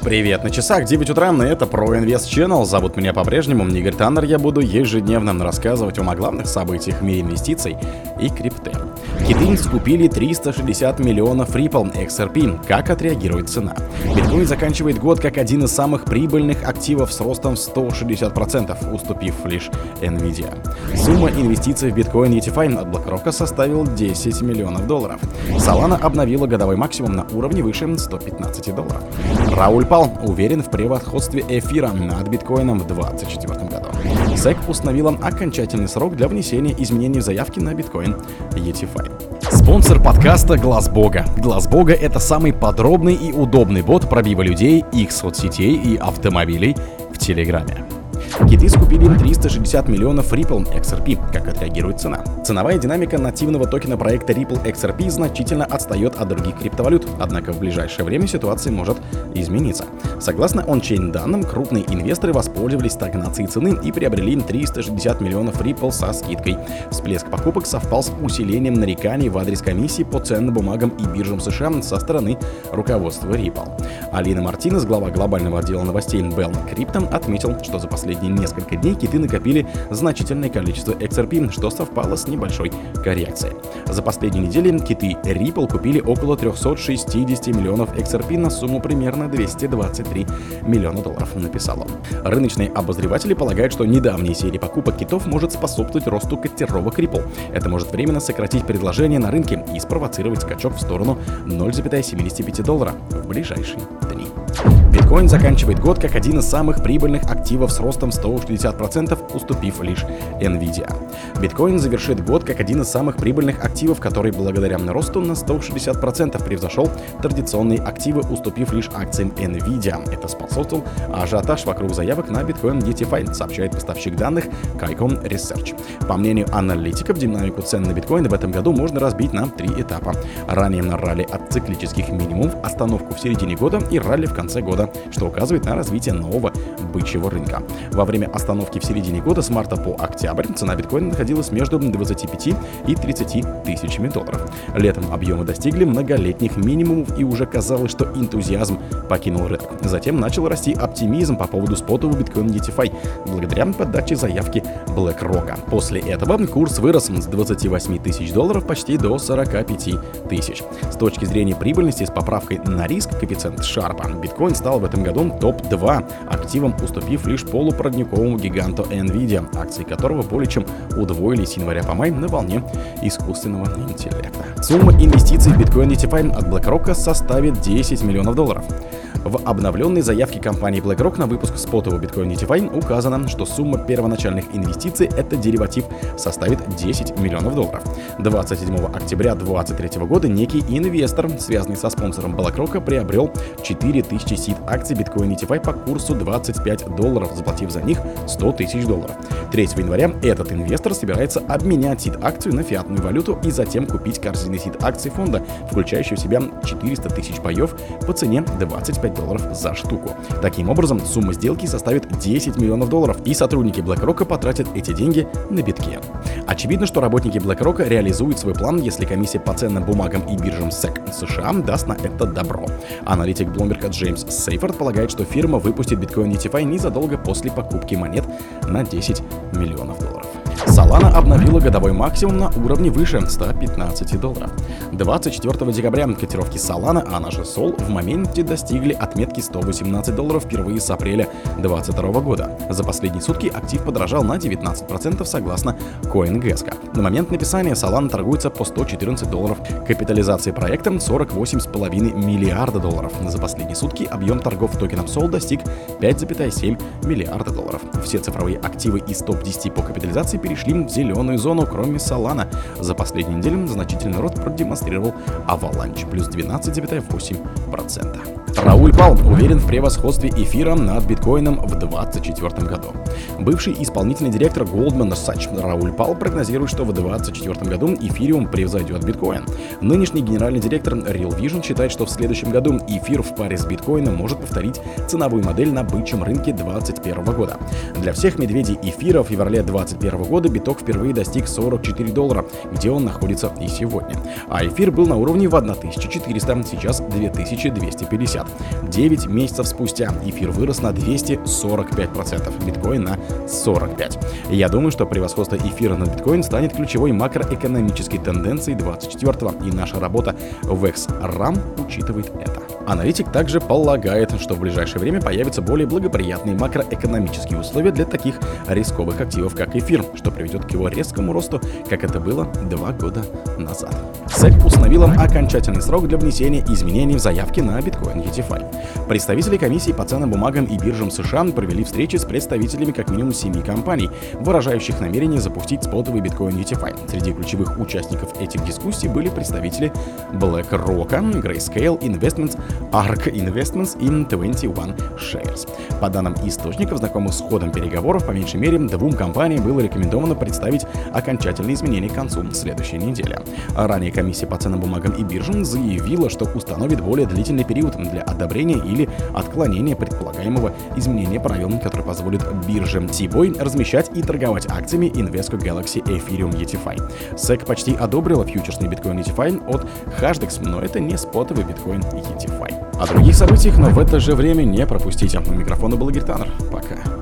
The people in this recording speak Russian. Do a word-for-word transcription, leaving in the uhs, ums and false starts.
Привет, на часах девять утра, и это ProInvest Channel. Зовут меня по-прежнему Игорь Таннер. Я буду ежедневно рассказывать вам о главных событиях в мире инвестиций и крипты. Киты скупили триста шестьдесят миллионов Ripple икс ар пи. Как отреагирует цена? Биткоин заканчивает год как один из самых прибыльных активов с ростом в сто шестьдесят процентов, уступив лишь Nvidia. Сумма инвестиций в биткоин и ти эф ай от BlackRock составила десять миллионов долларов. Solana обновила годовой максимум на уровне выше ста пятнадцати долларов. Рауль Пал уверен в превосходстве эфира над биткоином в две тысячи двадцать четвёртом году. сек установила окончательный срок для внесения изменений в заявки на биткоин и ти эф ай. Спонсор подкаста Глаз Бога. Глаз Бога — это самый подробный и удобный бот пробива людей, их соцсетей и автомобилей в Телеграме. Киты скупили триста шестьдесят миллионов Ripple икс ар пи. Как отреагирует цена? Ценовая динамика нативного токена проекта Ripple икс ар пи значительно отстает от других криптовалют, однако в ближайшее время ситуация может измениться. Согласно ончейн данным, крупные инвесторы воспользовались стагнацией цены и приобрели триста шестьдесят миллионов Ripple со скидкой. Всплеск покупок совпал с усилением нареканий в адрес комиссии по ценным бумагам и биржам США со стороны руководства Ripple. Алина Мартинес, глава глобального отдела новостей Bell Crypto, отметил, что за последние несколько дней киты накопили значительное количество икс ар пи, что совпало с небольшой коррекцией. За последние недели киты Ripple купили около триста шестьдесят миллионов икс ар пи на сумму примерно двести двадцать три миллиона долларов, написал он. Рыночные обозреватели полагают, что недавняя серия покупок китов может способствовать росту котировок Ripple. Это может временно сократить предложение на рынке и спровоцировать скачок в сторону ноль целых семьдесят пять доллара в ближайшие дни. Биткоин заканчивает год как один из самых прибыльных активов с ростом сто шестьдесят процентов, уступив лишь Nvidia. Биткоин завершит год как один из самых прибыльных активов, который благодаря росту на сто шестьдесят процентов превзошел традиционные активы, уступив лишь акциям Nvidia. Это способствовал ажиотаж вокруг заявок на биткоин и ти эф ай, сообщает поставщик данных Kaikon Research. По мнению аналитиков, динамику цен на биткоин в этом году можно разбить на три этапа. Ранее на ралли от циклических минимумов, остановку в середине года и ралли в конце года, что указывает на развитие нового бычьего рынка. Во время остановки в середине года с марта по октябрь цена биткоина находилась между двадцатью пятью и тридцатью тысячами долларов. Летом объемы достигли многолетних минимумов и уже казалось, что энтузиазм покинул рынок. Затем начал расти оптимизм по поводу спотового биткоина и ти эф ай благодаря подаче заявки BlackRock. После этого курс вырос с двадцати восьми тысяч долларов почти до сорока пяти тысяч. С точки зрения прибыльности с поправкой на риск коэффициент Шарпа, биткоин стал в этом году топ два активом, уступив лишь полупроводниковому гиганту Nvidia, акции которого более чем удвоились с января по май на волне искусственного интеллекта. Сумма инвестиций в биткоин и ти эф ай от BlackRock составит десять миллионов долларов. В обновленной заявке компании BlackRock на выпуск спотового биткоина и ти эф ай указано, что сумма первоначальных инвестиций, это дериватив, составит десять миллионов долларов. двадцать седьмого октября две тысячи двадцать третьего года некий инвестор, связанный со спонсором BlackRock, приобрел четыре тысячи сид акций биткоина и ти эф ай по курсу двадцать пять долларов, заплатив за них сто тысяч долларов. третьего января этот инвестор собирается обменять сид акцию на фиатную валюту и затем купить корзины сид акций фонда, включающие в себя четыреста тысяч паев по цене двадцать пять долларов за штуку. Таким образом, сумма сделки составит десять миллионов долларов, и сотрудники BlackRock потратят эти деньги на биткоин. Очевидно, что работники BlackRock реализуют свой план, если комиссия по ценным бумагам и биржам сек США даст на это добро. Аналитик Bloomberg Джеймс Сейфорд полагает, что фирма выпустит биткоин и ти эф ай незадолго после покупки монет на десять миллионов долларов. Solana обновила годовой максимум на уровне выше ста пятнадцати долларов. двадцать четвёртого декабря котировки Solana, она же Sol, в моменте достигли отметки сто восемнадцать долларов впервые с апреля две тысячи двадцать второго года. За последние сутки актив подорожал на девятнадцать процентов согласно CoinGecko. На момент написания Solana торгуется по сто четырнадцать долларов. Капитализация проекта сорок восемь целых пять десятых миллиарда долларов. За последние сутки объем торгов токеном Sol достиг пять целых семь миллиарда долларов. Все цифровые активы из топ десяти по капитализации перешли в зеленую зону, кроме Solana. За последнюю неделю значительный рост продемонстрировал Avalanche, плюс двенадцать целых восемь десятых процента. Рауль Пал уверен в превосходстве эфира над биткоином в две тысячи двадцать четвёртом году. Бывший исполнительный директор Goldman Sachs Рауль Пал прогнозирует, что в две тысячи двадцать четвёртом году эфириум превзойдет биткоин. Нынешний генеральный директор Real Vision считает, что в следующем году эфир в паре с биткоином может повторить ценовую модель на бычьем рынке две тысячи двадцать первого года. Для всех медведей эфира в феврале две тысячи двадцать первого года года биток впервые достиг сорок четыре доллара, где он находится и сегодня. А эфир был на уровне в тысяча четыреста, сейчас две тысячи двести пятьдесят. девять месяцев спустя эфир вырос на двести сорок пять процентов, биткоин на сорок пять процентов. Я думаю, что превосходство эфира над биткоин станет ключевой макроэкономической тенденцией двадцать четвёртого, и наша работа в X RAM учитывает это. Аналитик также полагает, что в ближайшее время появятся более благоприятные макроэкономические условия для таких рисковых активов, как эфир, что приведет к его резкому росту, как это было два года назад. сэк установила окончательный срок для внесения изменений в заявки на биткоин и ти эф ай. Представители комиссии по ценным бумагам и биржам США провели встречи с представителями как минимум семи компаний, выражающих намерение запустить спотовый биткоин и ти эф ай. Среди ключевых участников этих дискуссий были представители BlackRock, Grayscale Investments, Ark Investments и двадцать один Shares. По данным источников, знакомых с ходом переговоров, по меньшей мере двум компаниям было рекомендовано представить окончательные изменения к концу следующей недели. Ранее комиссия по ценным бумагам и биржам заявила, что установит более длительный период для одобрения или отклонения предполагаемого изменения правил, который позволит бирже T-Boy размещать и торговать акциями Invesco Galaxy Ethereum и ти эф ай. сэк почти одобрила фьючерсный биткоин и ти эф ай от Hashdex, но это не спотовый биткоин и ти эф ай. О других событиях, но в это же время не пропустите. У микрофона был Игорь Таннер. Пока.